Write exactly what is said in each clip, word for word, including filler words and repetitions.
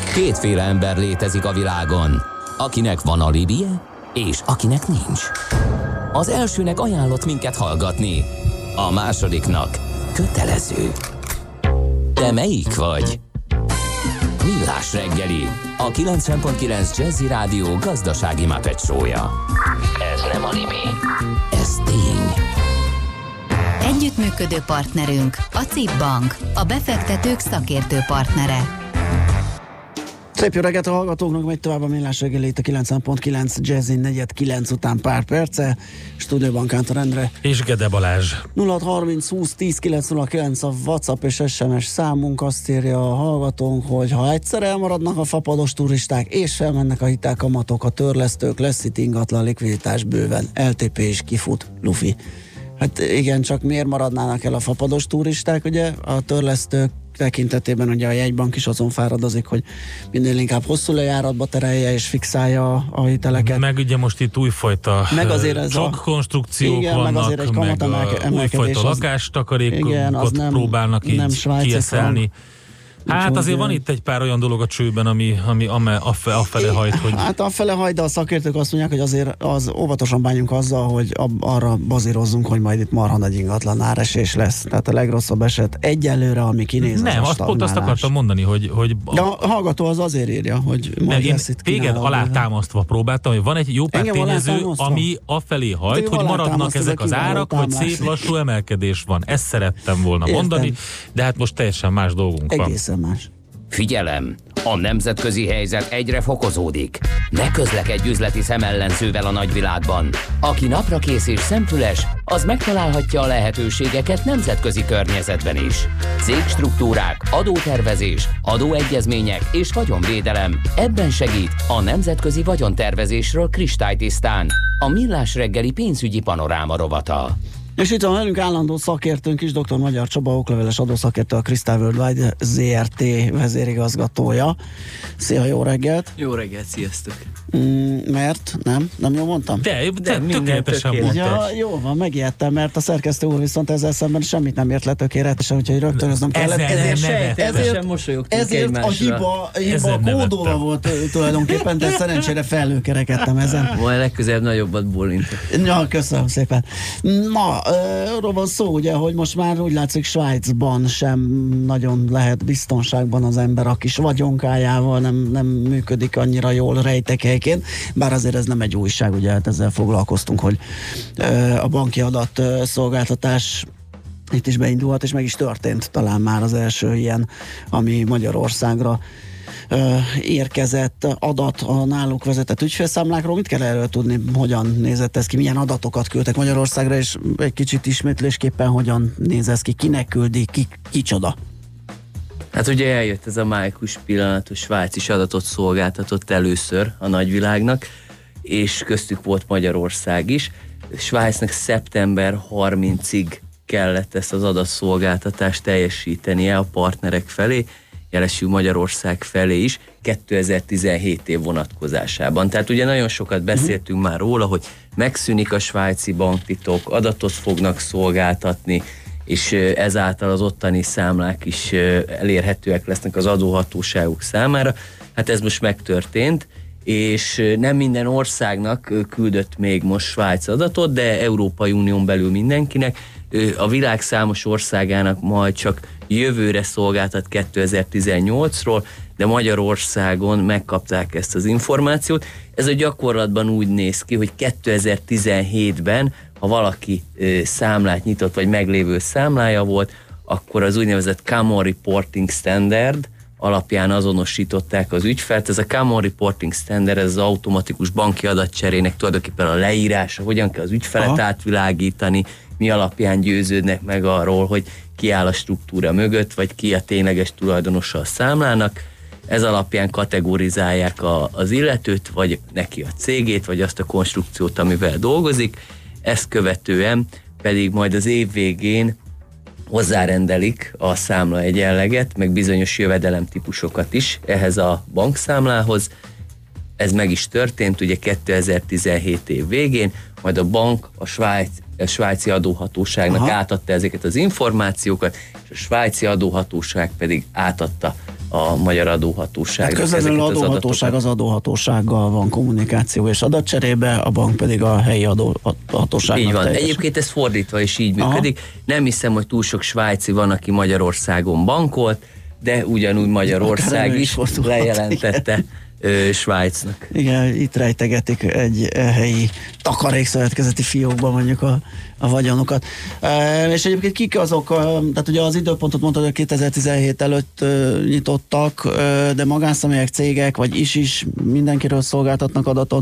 Kétféle ember létezik a világon, akinek van alibije, és akinek nincs. Az elsőnek ajánlott minket hallgatni, a másodiknak kötelező. Te melyik vagy? Millás reggeli, a kilencven pont kilenc Jazzy Rádió gazdasági Muppet show-ja. Ez nem anime, ez tény. Együttműködő partnerünk a cé i bé Bank, a befektetők szakértő partnere. Szép jó reggelt a hallgatóknak, megy tovább a Millás reggeli itt a kilencven pont kilenc Jazzy negyed kilenc után pár perce. Stúdióban Kántor Endre és Gede Balázs. nulla hat harminc húsz tíz kilenc nulla kilenc a WhatsApp és es em es számunk. Azt írja a hallgatónk, hogy ha egyszer elmaradnak a fapados turisták és felmennek a hitelkamatok, a törlesztők, lesz itt ingatlan likviditás bőven. el té pé is kifut, Lufi. Hát igen, csak miért maradnának el a fapados turisták, ugye? A törlesztők tekintetében ugye a jegybank is azon fáradozik, hogy minél inkább hosszú lejáratba terelje és fixálja a hiteleket. Meg ugye most itt újfajta sok konstrukciók igen, vannak, meg, azért egy meg a újfajta lakástakarékot próbálnak így kieszelni. Hát azért van itt egy pár olyan dolog a csőben, ami, ami afele hajt, hogy... Hát afele hajt, de a szakértők azt mondják, hogy azért az óvatosan bánjunk azzal, hogy arra bazírozzunk, hogy majd itt marha nagy ingatlan áresés lesz. Tehát a legrosszabb eset egyelőre, ami kinéz. Nem, azt pont azt akartam mondani, hogy... hogy de a hallgató az azért írja, hogy majd én lesz itt téged alátámasztva próbáltam, hogy van egy jó pár tényező, ami afelé hajt, hogy maradnak ezek az árak, vagy szép lassú emelkedés van. Ezt szerettem volna Értem. mondani, de hát most teljesen más dolgunk van. Egészen más. Figyelem! A nemzetközi helyzet egyre fokozódik. Ne közlekedj üzleti szemellenzővel a nagyvilágban. Aki naprakész és szemfüles, az megtalálhatja a lehetőségeket nemzetközi környezetben is. Cégstruktúrák, adótervezés, adóegyezmények és vagyonvédelem. Ebben segít a nemzetközi vagyontervezésről kristálytisztán a Millás reggeli pénzügyi panoráma rovata. És itt van velünk állandó szakértőnk is, dr. Magyar Csaba, okleveles adószakértő, a Crystal Worldwide zé er té vezérigazgatója. Szia, jó reggelt! Jó reggelt, sziasztok! Mm, mert? Nem? Nem jól mondtam? De, de tökéletesen mondtad. Ja, jó van, megijedtem, mert a szerkesztő úr viszont ezzel szemben semmit nem ért le tökéletesen, úgyhogy rögtönöznem kellett. Ezért sejtelmesen mosolyogtunk ezért egymásra. a hiba, hiba kódolva volt tulajdonképpen, de szerencsére felülkerekedtem ezen. Majd legközelebb nagyobbat bólintok. Ja, köszönöm szépen. Na, arról van szó, ugye, hogy most már úgy látszik Svájcban sem nagyon lehet biztonságban az ember a kis vagyonkájával, nem, nem működik annyira jól rejtekhelyként, bár azért ez nem egy újság, ugye, hát ezzel foglalkoztunk, hogy a banki adatszolgáltatás itt is beindulhat, és meg is történt talán már az első ilyen, ami Magyarországra érkezett adat a náluk vezetett ügyfélszámlákról. Mit kell erről tudni, hogyan nézett ez ki, milyen adatokat küldtek Magyarországra, és egy kicsit ismétlésképpen hogyan néz ez ki, kinek küldi, ki, kicsoda? Hát ugye eljött ez a májkus pillanat, hogy Svájc is adatot szolgáltatott először a nagyvilágnak, és köztük volt Magyarország is. Svájcnak szeptember harmincadikáig kellett ezt az adatszolgáltatást teljesítenie a partnerek felé, jelesül Magyarország felé is, kétezer-tizenhét év vonatkozásában. Tehát ugye nagyon sokat beszéltünk uh-huh. már róla, hogy megszűnik a svájci banktitok, adatot fognak szolgáltatni, és ezáltal az ottani számlák is elérhetőek lesznek az adóhatóságok számára. Hát ez most megtörtént, és nem minden országnak küldött még most Svájc adatot, de Európai Unión belül mindenkinek. A világ számos országának majd csak jövőre szolgáltat kétezer-tizennyolcról, de Magyarországon megkapták ezt az információt. Ez a gyakorlatban úgy néz ki, hogy kétezer-tizenhétben, ha valaki számlát nyitott, vagy meglévő számlája volt, akkor az úgynevezett Common Reporting Standard alapján azonosították az ügyfelt. Ez a Common Reporting Standard, ez az automatikus banki adatcserének tulajdonképpen a leírása, hogyan kell az ügyfelet Aha. átvilágítani, mi alapján győződnek meg arról, hogy ki áll a struktúra mögött, vagy ki a tényleges tulajdonosa a számlának. Ez alapján kategorizálják a, az illetőt, vagy neki a cégét, vagy azt a konstrukciót, amivel dolgozik. Ezt követően pedig majd az év végén hozzárendelik a számla egyenleget, meg bizonyos jövedelemtípusokat is ehhez a bankszámlához. Ez meg is történt, ugye kétezer-tizenhét év végén, majd a bank a, Svájc, a svájci adóhatóságnak Aha. átadta ezeket az információkat, és a svájci adóhatóság pedig átadta a magyar adóhatóság. Hát közvetlenül az adóhatóság az adóhatósággal van kommunikáció és adatcserébe, a bank pedig a helyi adóhatóságnak. Így van. Teljesen. Egyébként ez fordítva is így működik. Aha. Nem hiszem, hogy túl sok svájci van, aki Magyarországon bankolt, de ugyanúgy Magyarország is, is lejelentette ö, Svájcnak. Igen, itt rejtegetik egy helyi takarékszövetkezeti fiókban mondjuk a, a vagyonokat. E, és egyébként kik azok, tehát ugye az időpontot mondtad, hogy kétezer-tizenhét előtt e, nyitottak, e, de magánszemélyek, cégek, vagy is is mindenkiről szolgáltatnak adatot?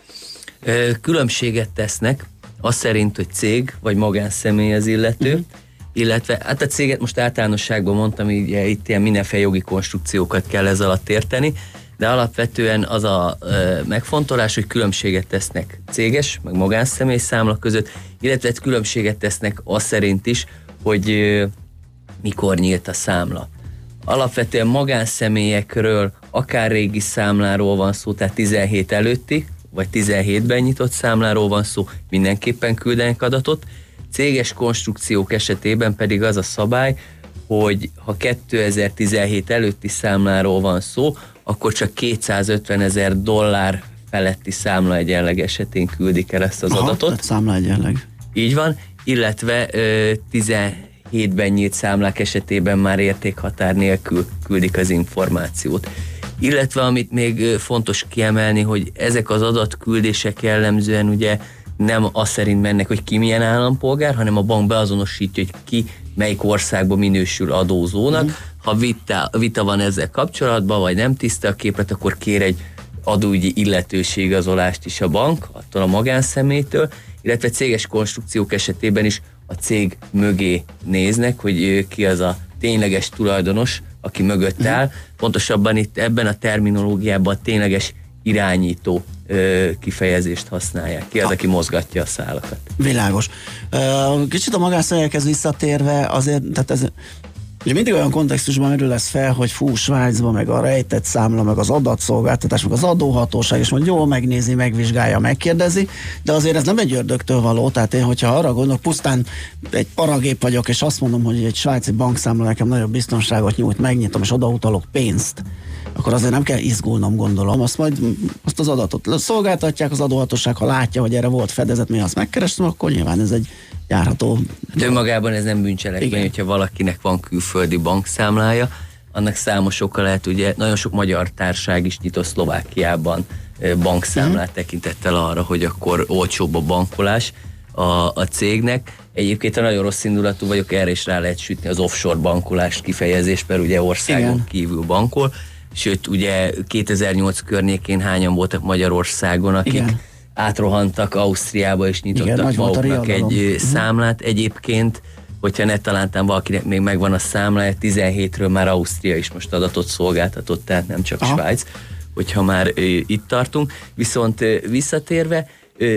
E, különbséget tesznek, az szerint, hogy cég vagy magánszemély az illető, uh-huh. illetve hát a céget most általánosságban mondtam, így itt ilyen mindenféle jogi konstrukciókat kell ez alatt érteni, de alapvetően az a e, megfontolás, hogy különbséget tesznek céges, meg magánszemély számla között, illetve különbséget tesznek az szerint is, hogy e, mikor nyílt a számla. Alapvetően magánszemélyekről, akár régi számláról van szó, tehát tizenhét előtti, vagy tizenhétben nyitott számláról van szó, mindenképpen küldenek adatot. Céges konstrukciók esetében pedig az a szabály, hogy ha kétezer-tizenhét előtti számláról van szó, akkor csak kétszázötvenezer dollár feletti számla egyenleg esetén küldik el ezt az Aha, adatot. Tehát számla egyenleg. Így van, illetve ö, tizenhétben nyílt számlák esetében már értékhatár nélkül küldik az információt. Illetve amit még fontos kiemelni, hogy ezek az adatküldések jellemzően ugye nem az szerint mennek, hogy ki milyen állampolgár, hanem a bank beazonosítja, hogy ki melyik országban minősül adózónak. Mm. Ha vita, vita van ezzel kapcsolatban, vagy nem tiszta a képlet, akkor kér egy adóügyi illetőségigazolást is a bank, attól a magánszemélytől, illetve céges konstrukciók esetében is a cég mögé néznek, hogy ki az a tényleges tulajdonos, aki mögött áll. Pontosabban itt ebben a terminológiában a tényleges irányító ö, kifejezést használják. Ki az, aki mozgatja a szálakat. Világos. Kicsit a magánszemélyekhez visszatérve azért, tehát ez ugye mindig olyan kontextusban merül lesz fel, hogy fú, Svájcban meg a rejtett számla, meg az adatszolgáltatás, meg az adóhatóság, és majd jól megnézi, megvizsgálja, megkérdezi, de azért ez nem egy ördögtől való, tehát én, hogyha arra gondolok, pusztán egy paragép vagyok, és azt mondom, hogy egy svájci bankszámla nekem nagyobb biztonságot nyújt, megnyitom, és odautalok pénzt, akkor azért nem kell izgulnom, gondolom, azt majd azt az adatot szolgáltatják, az adóhatóság, ha látja, hogy erre volt fedezet, mi azt megkerestem, akkor nyilván ez egy járható. De önmagában ez nem bűncselekmény, hogyha valakinek van külföldi bankszámlája, annak számos oka lehet, ugye nagyon sok magyar társaság is nyitott Szlovákiában bankszámlát uh-huh. tekintettel arra, hogy akkor olcsóbb a bankolás a, a cégnek. Egyébként, ha nagyon rossz indulatú vagyok, erre is rá lehet sütni az offshore bankolás kifejezést, mert ugye országon Igen. kívül bankol. Sőt, ugye kétezer-nyolc környékén hányan voltak Magyarországon, akik Igen. átrohantak Ausztriába és nyitottak Igen, maguknak egy uh-huh. számlát. Egyébként, hogyha ne talántán valakinek még megvan a számlája, tizenhétről már Ausztria is most adatot szolgáltatott, tehát nem csak Aha. Svájc, hogyha már ö, itt tartunk. Viszont ö, visszatérve, ö,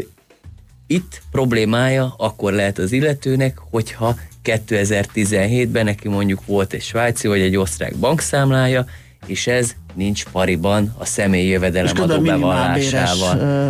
itt problémája akkor lehet az illetőnek, hogyha kétezer-tizenhétben neki mondjuk volt egy svájci vagy egy osztrák bankszámlája, és ez nincs pariban a személyi jövedelemadó bevallásával. Ö,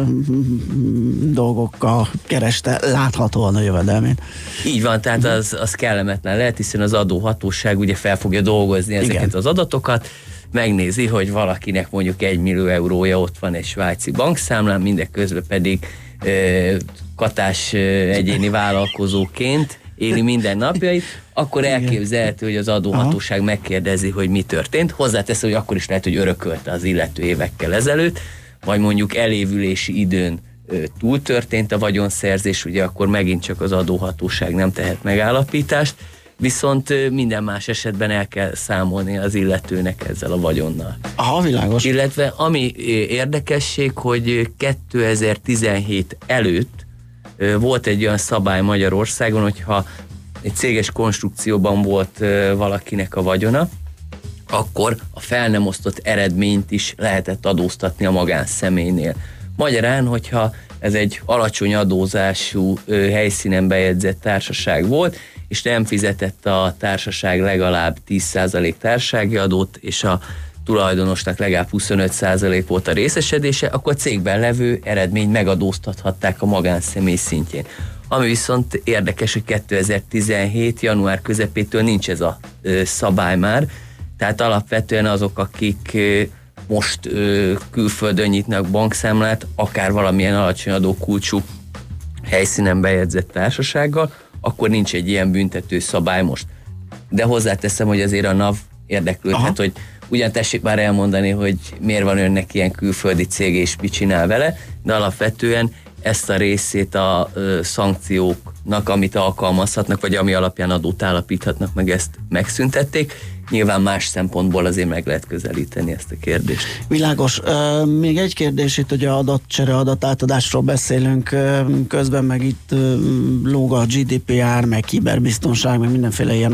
dolgokkal kereste láthatóan a jövedelmét. Így van, tehát az, az kellemetlen lehet, hiszen az adóhatóság ugye fel fogja dolgozni ezeket Igen. az adatokat, megnézi, hogy valakinek mondjuk egy millió eurója ott van egy svájci bankszámlán, mindeközben pedig ö, katás ö, egyéni vállalkozóként éli minden napjait, akkor elképzelhető, hogy az adóhatóság Aha. megkérdezi, hogy mi történt. Hozzátesz, hogy akkor is lehet, hogy örökölte az illető évekkel ezelőtt, vagy mondjuk elévülési időn ö, túl történt a vagyonszerzés, ugye akkor megint csak az adóhatóság nem tehet megállapítást, viszont ö, minden más esetben el kell számolni az illetőnek ezzel a vagyonnal. Aha, világos. Illetve ami ö, érdekesség, hogy kétezer-tizenhét előtt volt egy olyan szabály Magyarországon, hogyha egy céges konstrukcióban volt valakinek a vagyona, akkor a fel nem osztott eredményt is lehetett adóztatni a magánszemélynél. Magyarán, hogyha ez egy alacsony adózású helyszínen bejegyzett társaság volt, és nem fizetett a társaság legalább tíz százalék társasági adót, és a tulajdonosnak legalább huszonöt százalék volt a részesedése, akkor a cégben levő eredményt megadóztathatták a magánszemély szintjén. Ami viszont érdekes, hogy kétezer-tizenhét. január közepétől nincs ez a ö, szabály már, Tehát alapvetően azok, akik most külföldön nyitnak bankszámlát, akár valamilyen alacsony adókulcsú helyszínen bejegyzett társasággal, akkor nincs egy ilyen büntető szabály most. De hozzáteszem, hogy azért a NAV érdeklődhet, hogy ugyan tessék már elmondani, hogy miért van önnek ilyen külföldi cég és mit csinál vele, de alapvetően ezt a részét a ö, szankcióknak, amit alkalmazhatnak, vagy ami alapján adót állapíthatnak meg, ezt megszüntették. Nyilván más szempontból azért meg lehet közelíteni ezt a kérdést. Világos. Uh, még egy kérdés itt, hogy adatcsere, adatátadásról beszélünk, uh, közben meg itt uh, lóg a gé dé pé er, meg kiberbiztonság, meg mindenféle ilyen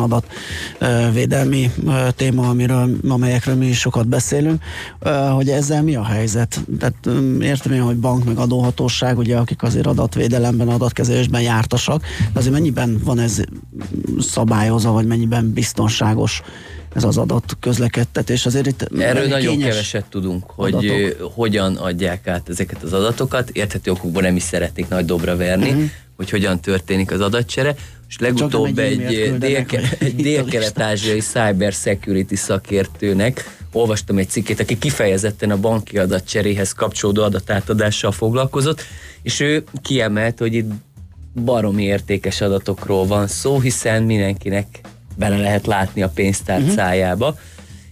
adatvédelmi uh, uh, téma, amiről, amelyekről mi is sokat beszélünk, uh, hogy ezzel mi a helyzet? Tehát um, értem én, hogy bank meg adóhatóság, ugye, akik azért adatvédelemben, adatkezelésben jártasak, de azért mennyiben van ez szabályozva, vagy mennyiben biztonságos ez az adat közlekedtetés? Azért itt erről nagyon keveset tudunk, hogy adatok. Hogyan adják át ezeket az adatokat. Érthető okokból nem is szeretnék nagy dobra verni, uh-huh. hogy hogyan történik az adatcsere. És legutóbb egy, egy, délke, egy dél-kelet-ázsiai cyber security szakértőnek olvastam egy cikkét, aki kifejezetten a banki adatcseréhez kapcsolódó adatátadással foglalkozott, és ő kiemelt, hogy itt baromi értékes adatokról van szó, hiszen mindenkinek bele lehet látni a pénztárcájába, uh-huh.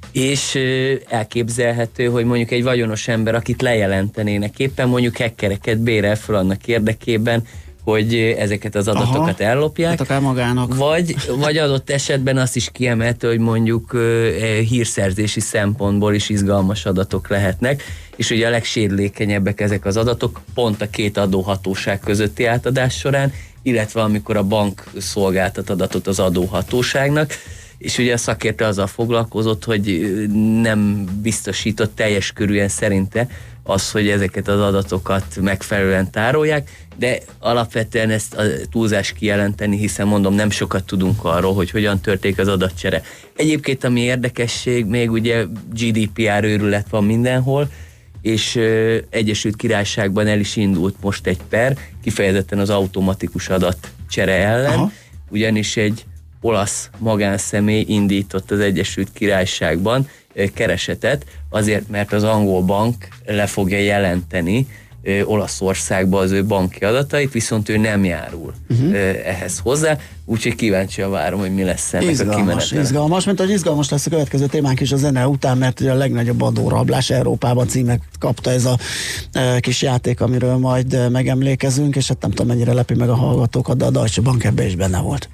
és elképzelhető, hogy mondjuk egy vagyonos ember, akit lejelentenének éppen, mondjuk hackereket bérel fel annak érdekében, hogy ezeket az adatokat Aha, ellopják, hát magának. Vagy, vagy adott esetben azt is kiemelte, hogy mondjuk hírszerzési szempontból is izgalmas adatok lehetnek, és ugye a legsérülékenyebbek ezek az adatok pont a két adóhatóság közötti átadás során, illetve amikor a bank szolgáltat adatot az adóhatóságnak, és ugye a szakértő azzal foglalkozott, hogy nem biztosított teljes körűen szerinte az, hogy ezeket az adatokat megfelelően tárolják, de alapvetően ezt a túlzás kijelenteni, hiszen mondom, nem sokat tudunk arról, hogy hogyan történik az adatcsere. Egyébként ami érdekesség, még ugye gé dé pé er őrület van mindenhol, és ö, Egyesült Királyságban el is indult most egy per, kifejezetten az automatikus adatcsere ellen, Aha. ugyanis egy olasz magánszemély indított az Egyesült Királyságban ö, keresetet, azért, mert az angol bank le fogja jelenteni ö, Olaszországba az ő banki adatait, viszont ő nem járul uh-huh. ö, ehhez hozzá, úgyhogy kíváncsian várom, hogy mi lesz ennek izgalmas, a kimenetele. Izgalmas, mint hogy izgalmas lesz a következő témánk is a zene után, mert ugye a legnagyobb adórablás Európában címet kapta ez a e, kis játék, amiről majd e, megemlékezünk, és hát nem tudom, mennyire lepi meg a hallgatókat, de a Deutsche Bank ebben is benne volt.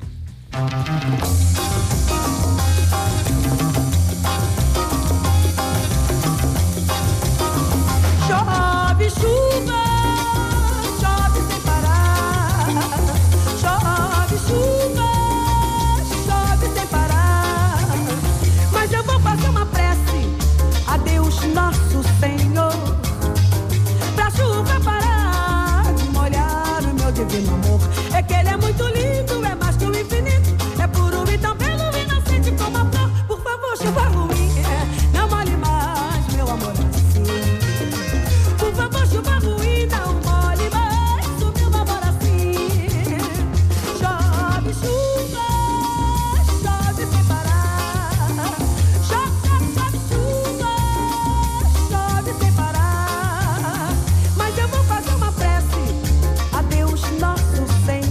Nosso Senhor, pra chuva parar de molhar o meu divino amor. É que ele é muito lindo, é mais que o infinito, é puro e tão belo, inocente como a flor. Por favor, chuva ruim, não molhe mais meu amor assim. Por favor, chuva ruim, não molhe mais o meu amor assim. Chove chuva, chove sem parar. Chove, chove, chove chuva. Sem parar, mas eu vou fazer uma prece a Deus nosso Senhor.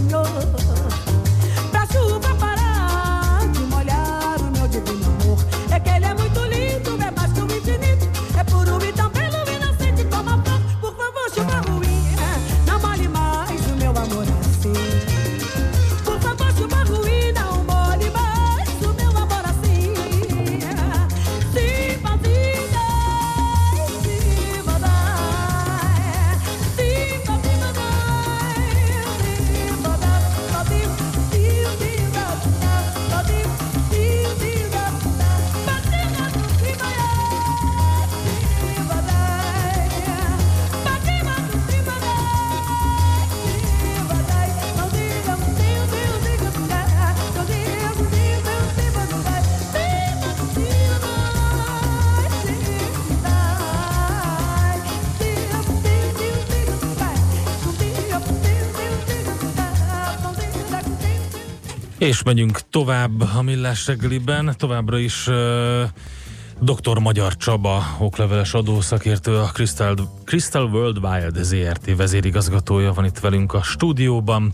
És megyünk tovább a Millás reggeliben, továbbra is uh, doktor Magyar Csaba, okleveles adószakértő, a Crystal, Crystal Worldwide zé er té vezérigazgatója van itt velünk a stúdióban,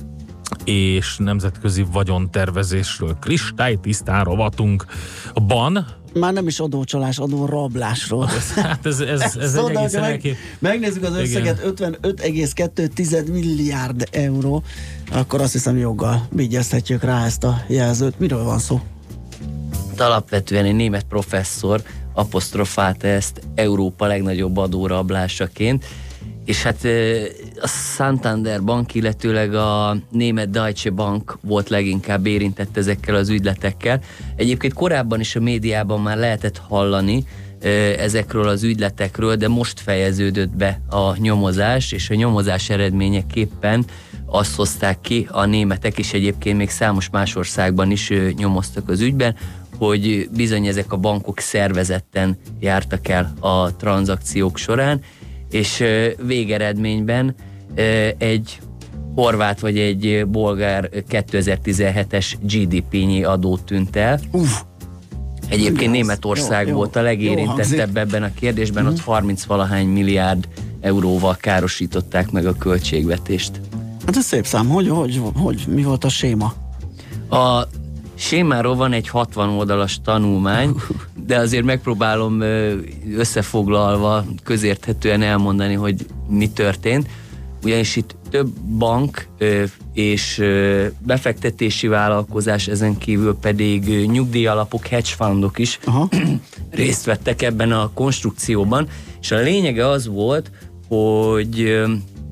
és nemzetközi vagyontervezésről kristálytisztán rovatunk-ban. Már nem is adócsalás, adórablásról. Hát ez, ez, ez, ez szóval, egy egészen meg, elkép... megnézzük az összeget, ötvenöt egész kettő milliárd euró, akkor azt hiszem joggal vigyezhetjük rá ezt a jelzőt. Miről van szó? Alapvetően egy német professzor apostrofálta ezt Európa legnagyobb adórablásaként, és hát a Santander Bank, illetőleg a német Deutsche Bank volt leginkább érintett ezekkel az ügyletekkel. Egyébként korábban is a médiában már lehetett hallani ezekről az ügyletekről, de most fejeződött be a nyomozás, és a nyomozás eredményeképpen azt hozták ki a németek, és egyébként még számos más országban is nyomoztak az ügyben, hogy bizony ezek a bankok szervezetten jártak el a tranzakciók során, és végeredményben egy horvát vagy egy bolgár kétezer-tizenhetes gé dé pé-nyi adót tűnt el. Uf. Egyébként Németország jó, volt jó, a legérintettebb ebben a kérdésben, mm. ott harminc-valahány milliárd euróval károsították meg a költségvetést. Hát ez szép szám, hogy, hogy, hogy mi volt a séma? A sémáról van egy hatvan oldalas tanulmány, de azért megpróbálom összefoglalva, közérthetően elmondani, hogy mi történt. Ugyanis itt több bank és befektetési vállalkozás, ezen kívül pedig nyugdíjalapok, hedge fundok is Aha. részt vettek ebben a konstrukcióban, és a lényege az volt, hogy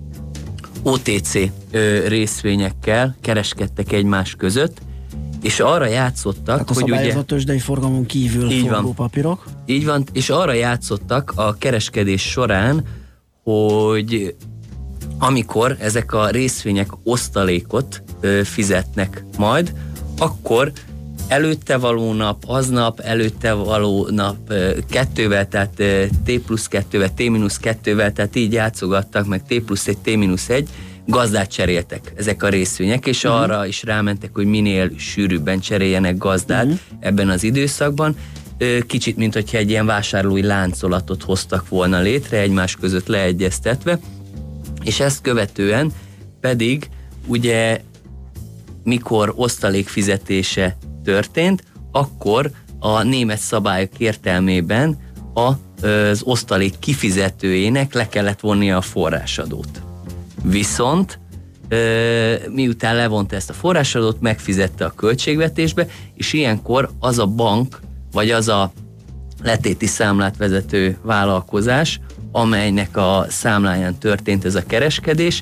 o té cé részvényekkel kereskedtek egymás között, és arra játszottak, hát hogy ugye... a tőzsdei forgalmon kívül így forgó van, papírok. Így van, és arra játszottak a kereskedés során, hogy amikor ezek a részvények osztalékot ö, fizetnek majd, akkor előtte való nap, aznap, előtte való nap ö, kettővel, tehát ö, T plusz kettővel, T mínusz kettővel, tehát így játszogattak, meg T plusz egy, T mínusz egy, gazdát cseréltek ezek a részvények, és uh-huh. arra is rámentek, hogy minél sűrűbben cseréljenek gazdát uh-huh. ebben az időszakban. Kicsit, mint hogyha egy ilyen vásárlói láncolatot hoztak volna létre, egymás között leegyeztetve, és ezt követően pedig ugye mikor osztalék fizetése történt, akkor a német szabályok értelmében az osztalék kifizetőjének le kellett vonnia a forrásadót. Viszont miután levonta ezt a forrásadót, megfizette a költségvetésbe, és ilyenkor az a bank, vagy az a letéti számlát vezető vállalkozás, amelynek a számláján történt ez a kereskedés,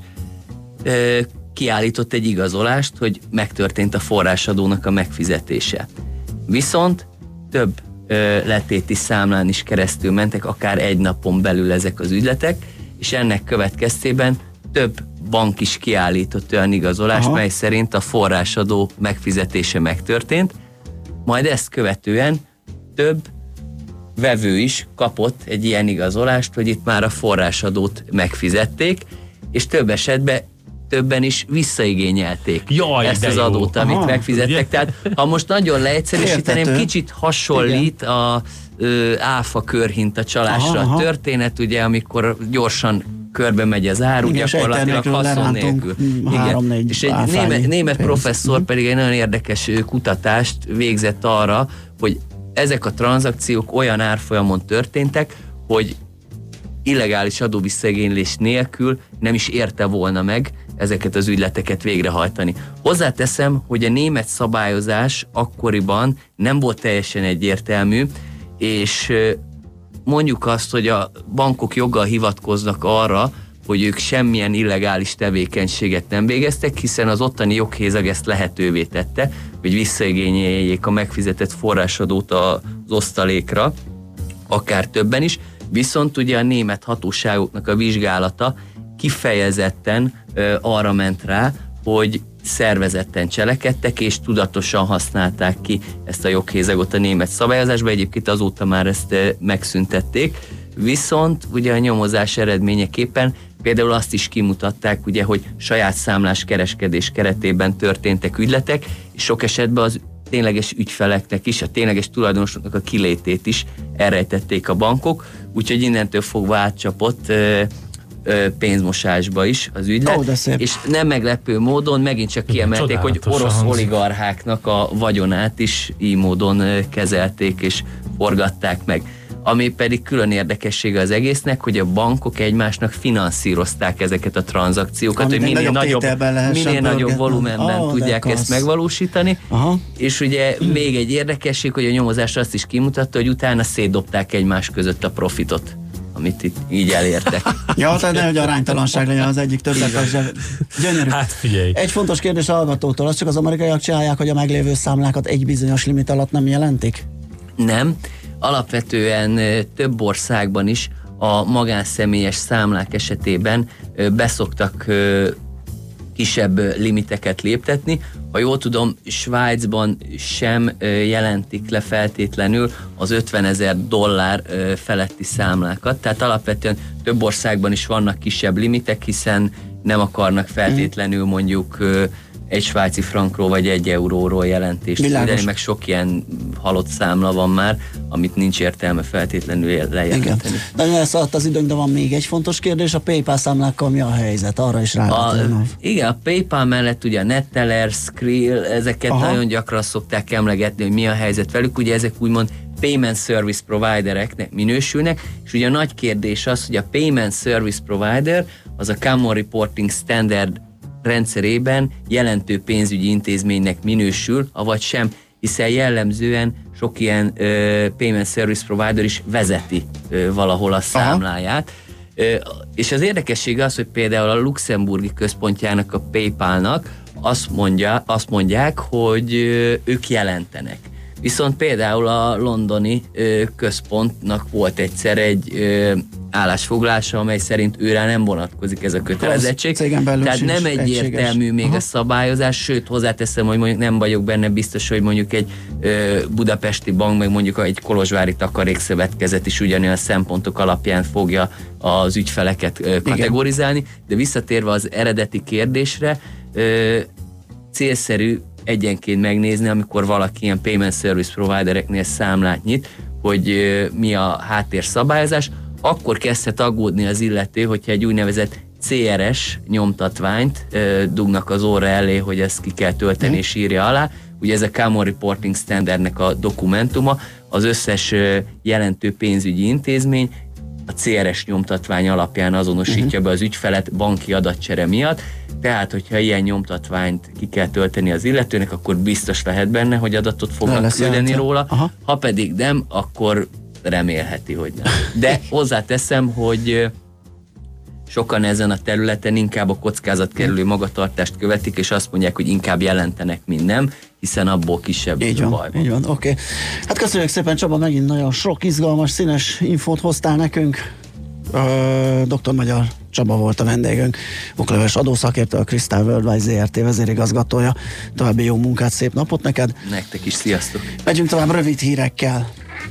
kiállított egy igazolást, hogy megtörtént a forrásadónak a megfizetése. Viszont több letéti számlán is keresztül mentek, akár egy napon belül ezek az ügyletek, és ennek következtében több bank is kiállított olyan igazolást, Aha. mely szerint a forrásadó megfizetése megtörtént, majd ezt követően több vevő is kapott egy ilyen igazolást, hogy itt már a forrásadót megfizették, és több esetben többen is visszaigényelték Jaj, ezt az adót, amit Aha, megfizettek. Ugye? Tehát ha most nagyon leegyszerűsíteném, kicsit hasonlít Igen. a ö, áfa körhinta csalásra aha, a történet, ugye, amikor gyorsan körbe megy az áru, Igen, gyakorlatilag haszon nélkül. három, Igen. És egy német, német professzor pedig egy nagyon érdekes kutatást végzett arra, hogy ezek a tranzakciók olyan árfolyamon történtek, hogy illegális adóvisszaigénylés nélkül nem is érte volna meg ezeket az ügyleteket végrehajtani. Hozzáteszem, hogy a német szabályozás akkoriban nem volt teljesen egyértelmű, és mondjuk azt, hogy a bankok joggal hivatkoznak arra, hogy ők semmilyen illegális tevékenységet nem végeztek, hiszen az ottani joghézag ezt lehetővé tette, hogy visszaigényeljék a megfizetett forrásadót az osztalékra, akár többen is, viszont ugye a német hatóságoknak a vizsgálata kifejezetten ö, arra ment rá, hogy szervezetten cselekedtek, és tudatosan használták ki ezt a joghézagot a német szabályozásba, egyébként azóta már ezt ö, megszüntették, viszont ugye a nyomozás eredményeképpen például azt is kimutatták, ugye, hogy saját számlás kereskedés keretében történtek ügyletek, és sok esetben az tényleges ügyfeleknek is, a tényleges tulajdonosoknak a kilétét is elrejtették a bankok, úgyhogy innentől fogva átcsapott ö, ö, pénzmosásba is az ügylet, Ó, és nem meglepő módon megint csak kiemelték, hogy orosz hangzik. oligarcháknak a vagyonát is így módon ö, kezelték és forgatták meg. Ami pedig külön érdekessége az egésznek, hogy a bankok egymásnak finanszírozták ezeket a tranzakciókat, Ami hogy minél nagyobb, minél nagyobb volumenben oh, tudják ezt megvalósítani. Aha. És ugye még egy érdekesség, hogy a nyomozás azt is kimutatta, hogy utána szétdobták egymás között a profitot, amit itt így elértek. Ja, tehát nehogy aránytalanság legyen az egyik többet, az gyönyörű. Hát figyelj. Egy fontos kérdés a hallgatótól, az csak az amerikaiak csinálják, hogy a meglévő számlákat egy bizonyos limit alatt nem jelentik? Nem. Alapvetően ö, több országban is a magánszemélyes számlák esetében ö, beszoktak ö, kisebb ö, limiteket léptetni. Ha jól tudom, Svájcban sem ö, jelentik le feltétlenül az ötvenezer dollár ö, feletti számlákat. Tehát alapvetően több országban is vannak kisebb limitek, hiszen nem akarnak feltétlenül mondjuk ö, egy svájci frankról vagy egy euróról jelentést küldeni, meg sok ilyen halott számla van már, amit nincs értelme feltétlenül lejelenteni. De elszaladt az időnk, de van még egy fontos kérdés, a PayPal számlákkal mi a helyzet? Arra is rá. A, igen, a PayPal mellett ugye a Neteller, Skrill, ezeket Aha. nagyon gyakran szokták emlegetni, hogy mi a helyzet velük, ugye ezek úgymond payment service providereknek minősülnek, és ugye a nagy kérdés az, hogy a payment service provider az a Common Reporting Standard rendszerében jelentő pénzügyi intézménynek minősül, avagy sem, hiszen jellemzően sok ilyen ö, payment service provider is vezeti ö, valahol a számláját. Ö, és az érdekessége az, hogy például a luxemburgi központjának, a PayPal-nak azt, mondja, azt mondják, hogy ö, ők jelentenek. Viszont például a londoni ö, központnak volt egyszer egy ö, állásfoglalása, amely szerint őre nem vonatkozik ez a kötelezettség. Tehát nem egyértelmű még Aha. a szabályozás, sőt hozzáteszem, hogy mondjuk nem vagyok benne biztos, hogy mondjuk egy ö, budapesti bank, meg mondjuk egy kolozsvári takarékszövetkezet is ugyanolyan szempontok alapján fogja az ügyfeleket ö, kategorizálni, Igen. de visszatérve az eredeti kérdésre, ö, célszerű egyenként megnézni, amikor valaki ilyen payment service providereknél számlát nyit, hogy ö, mi a háttérszabályozás, akkor kezdhet aggódni az illető, hogyha egy úgynevezett cé er es nyomtatványt ö, dugnak az óra elé, hogy ezt ki kell tölteni mm. és írja alá. Ugye ez a Common Reporting Standardnek a dokumentuma, az összes ö, jelentő pénzügyi intézmény a cé er es nyomtatvány alapján azonosítja mm. be az ügyfelet banki adatcsere miatt, tehát hogyha ilyen nyomtatványt ki kell tölteni az illetőnek, akkor biztos lehet benne, hogy adatot fognak küldeni róla, Aha. ha pedig nem, akkor remélheti, hogy nem. De hozzáteszem, hogy sokan ezen a területen inkább a kockázatkerülő magatartást követik, és azt mondják, hogy inkább jelentenek, mint nem, hiszen abból kisebb így van, baj van. Így van, oké. Okay. Hát köszönjük szépen, Csaba, megint nagyon sok izgalmas, színes infót hoztál nekünk. doktor Magyar Csaba volt a vendégünk, okleveles adószakértő, a Crystal Worldwide zé er té vezérigazgatója. További jó munkát, szép napot neked. Nektek is, sziasztok. Megyünk tovább rövid hírekkel.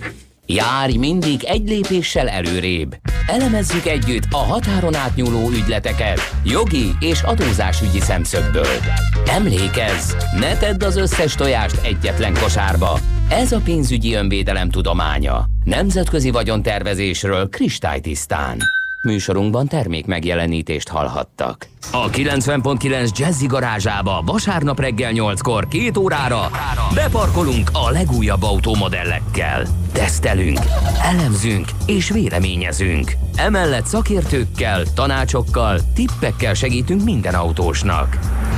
Járj mindig egy lépéssel előrébb. Elemezzük együtt a határon átnyúló ügyleteket jogi és adózásügyi szemszögből. Emlékezz, ne tedd az összes tojást egyetlen kosárba. Ez a pénzügyi önvédelem tudománya. Nemzetközi vagyontervezésről kristálytisztán. Műsorunkban termék megjelenítést hallhattak. A kilencven pont kilenc Jazzy garázsába vasárnap reggel nyolckor két órára beparkolunk a legújabb automodellekkel. Tesztelünk, elemzünk és véleményezünk. Emellett szakértőkkel, tanácsokkal, tippekkel segítünk minden autósnak.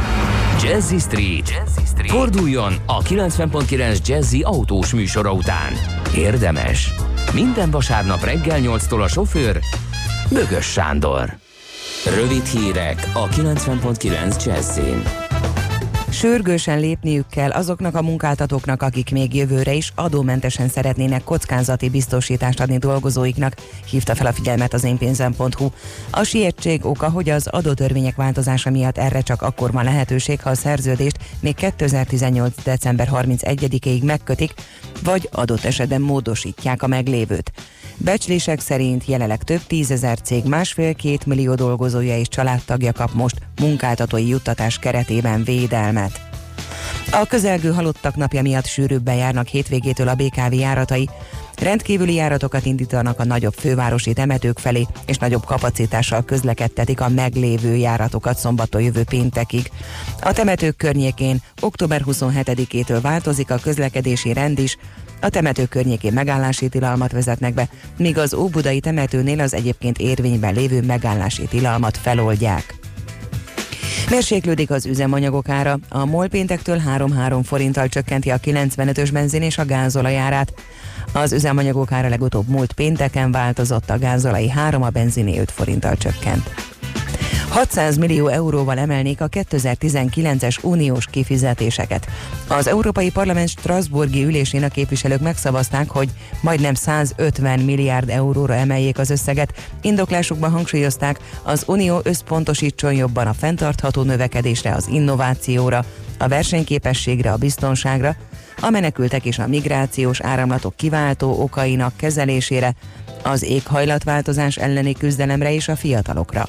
Jazzy Street. Jazzy Street. Forduljon a kilencven pont kilenc Jazzy autós műsora után. Érdemes. Minden vasárnap reggel nyolctól a sofőr Bögös Sándor. Rövid hírek a kilencven pont kilenc Jazzyn. Sürgősen lépniük kell azoknak a munkáltatóknak, akik még jövőre is adómentesen szeretnének kockázati biztosítást adni dolgozóiknak, hívta fel a figyelmet az én pénzem pont hu. A sietség oka, hogy az adótörvények változása miatt erre csak akkor van lehetőség, ha a szerződést még kétezer-tizennyolc. december harmincegyedikéig megkötik, vagy adott esetben módosítják a meglévőt. Becslések szerint jelenleg több tízezer cég másfél-két millió dolgozója és családtagja kap most munkáltatói juttatás keretében védelmet. A közelgő halottak napja miatt sűrűbben járnak hétvégétől a bé ká vé járatai. Rendkívüli járatokat indítanak a nagyobb fővárosi temetők felé, és nagyobb kapacitással közlekedtetik a meglévő járatokat szombattól jövő péntekig. A temetők környékén október huszonhetedikétől változik a közlekedési rend is, a temetők környékén megállási tilalmat vezetnek be, míg az óbudai temetőnél az egyébként érvényben lévő megállási tilalmat feloldják. Mérséklődik az üzemanyagok ára, a MOL péntektől három-három forinttal csökkenti a kilencvenötös benzin és a gázolaj árát. Az üzemanyagok ára legutóbb múlt pénteken változott, a gázolai három, a benziné öt forinttal csökkent. hatszáz millió euróval emelnék a kétezer-tizenkilences uniós kifizetéseket. Az Európai Parlament Strasbourgi ülésén a képviselők megszavazták, hogy majdnem százötven milliárd euróra emeljék az összeget. Indoklásukban hangsúlyozták, az Unió összpontosítson jobban a fenntartható növekedésre, az innovációra, a versenyképességre, a biztonságra, a menekültek és a migrációs áramlatok kiváltó okainak kezelésére, az éghajlatváltozás elleni küzdelemre és a fiatalokra.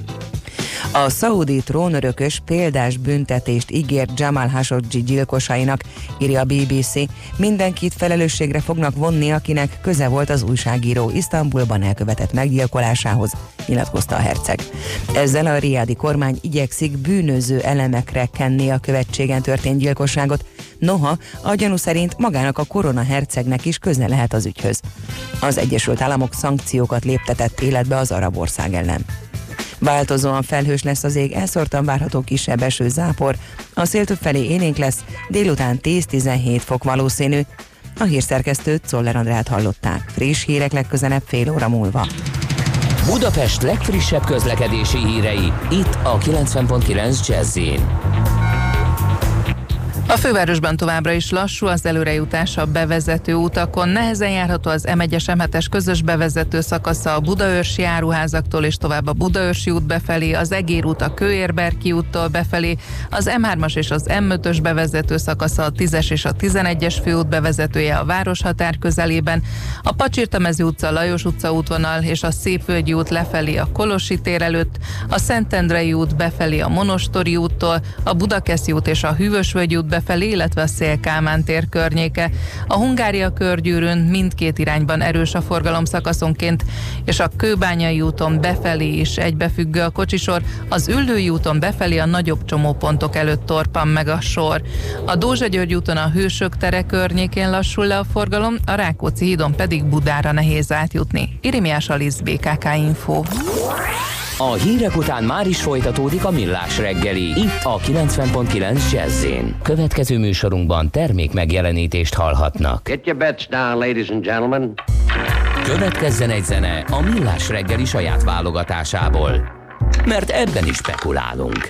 A szaudi trónörökös példás büntetést ígért Jamal Khashoggi gyilkosainak, írja a bé bé cé. Mindenkit felelősségre fognak vonni, akinek köze volt az újságíró Isztambulban elkövetett meggyilkolásához, nyilatkozta a herceg. Ezzel a riádi kormány igyekszik bűnöző elemekre kenni a követségen történt gyilkosságot, noha a gyanú szerint magának a korona hercegnek is köze lehet az ügyhöz. Az Egyesült Államok szankciókat léptetett életbe az arab ország ellen. Változóan felhős lesz az ég, elszórtan várható kisebb eső, zápor, a szél több felé élénk lesz, délután tíz-tizenhét fok valószínű. A hírszerkesztőt, Czoller Andrát hallották. Friss hírek legközelebb fél óra múlva. Budapest legfrissebb közlekedési hírei, itt a kilencven pont kilenc Jazz-in. A fővárosban továbbra is lassú az előrejutás a bevezető utakon. Nehezen járható az em egyes em hetes közös bevezető szakasza a budaörsi áruházaktól és tovább a Budaörsi út befelé, az Egér út a Kőérberki úttól befelé, az em hármas és az em ötös bevezető szakasza a tízes és a tizenegyes főút bevezetője a városhatár közelében, a Pacsirtamezi utca, Lajos utca útvonal és a Szépvölgyi út lefelé a Kolosi tér előtt, a Szentendrei út befelé a Monostori úttól, a Budakeszi út és a Hűvösvölgyi út befelé, illetve a Széll-Kálmán tér környéke. A Hungária körgyűrűn mindkét irányban erős a forgalom szakaszonként, és a Kőbányai úton befelé is egybefüggő a kocsisor, az Üllői úton befelé a nagyobb csomópontok előtt torpan meg a sor. A Dózsa-György úton a Hősök tere környékén lassul le a forgalom, a Rákóczi hídon pedig Budára nehéz átjutni. Irimiás Alisz, bé ká ká Info. A hírek után már is folytatódik a Millás reggeli, itt a kilencven pont kilenc Jazz-in. Következő műsorunkban termék megjelenítést hallhatnak. Get your bets down, ladies and gentlemen. Következzen egy zene a Millás reggeli saját válogatásából, mert ebben is spekulálunk.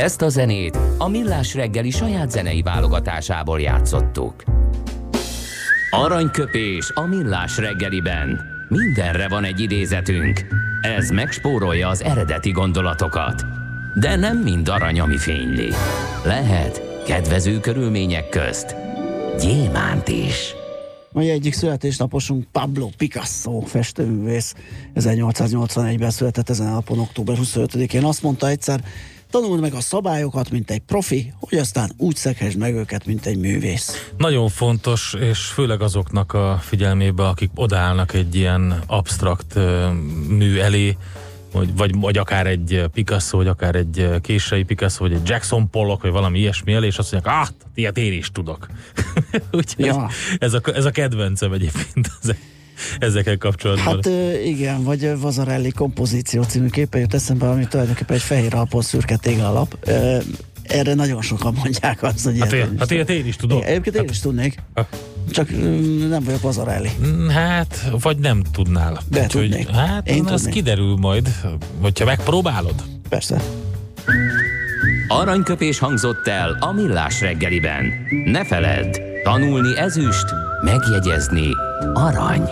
Ezt a zenét a Millás reggeli saját zenei válogatásából játszottuk. Aranyköpés a Millás reggeliben. Mindenre van egy idézetünk. Ez megspórolja az eredeti gondolatokat. De nem mind arany, ami fényli. Lehet kedvező körülmények közt gyémánt is. A egyik születésnaposunk Pablo Picasso, festőművész, ezernyolcszáznyolcvanegyben született ezen a napon, október huszonötödikén. Azt mondta egyszer, tanuld meg a szabályokat, mint egy profi, hogy aztán úgy szekhesd meg őket, mint egy művész. Nagyon fontos, és főleg azoknak a figyelmébe, akik odaállnak egy ilyen absztrakt uh, mű elé, vagy, vagy, vagy akár egy Picasso, vagy akár egy késői Picasso, vagy egy Jackson Pollock, vagy valami ilyesmi elé, és azt mondják, ah, ilyet én is tudok. Úgyhogy ja. ez, a, ez a kedvencem egyébként az, ezekkel kapcsolatban. Hát igen, vagy Vasarelli kompozíció című képe jut eszembe, ami tulajdonképpen egy fehér alapon szürke téglalap. Erre nagyon sokan mondják azt, hogy hát, ilyet, hát ilyet én is tudok. Egyébként én hát, is tudnék, ha. csak nem vagyok Vasarelli. Hát, vagy nem tudnál. De úgy, tudnék. Hogy, hát, én az tudnék. kiderül majd, hogyha megpróbálod. Persze. Aranyköpés hangzott el a Millás reggeliben. Ne feledd, tanulni ezüst, megjegyezni arany.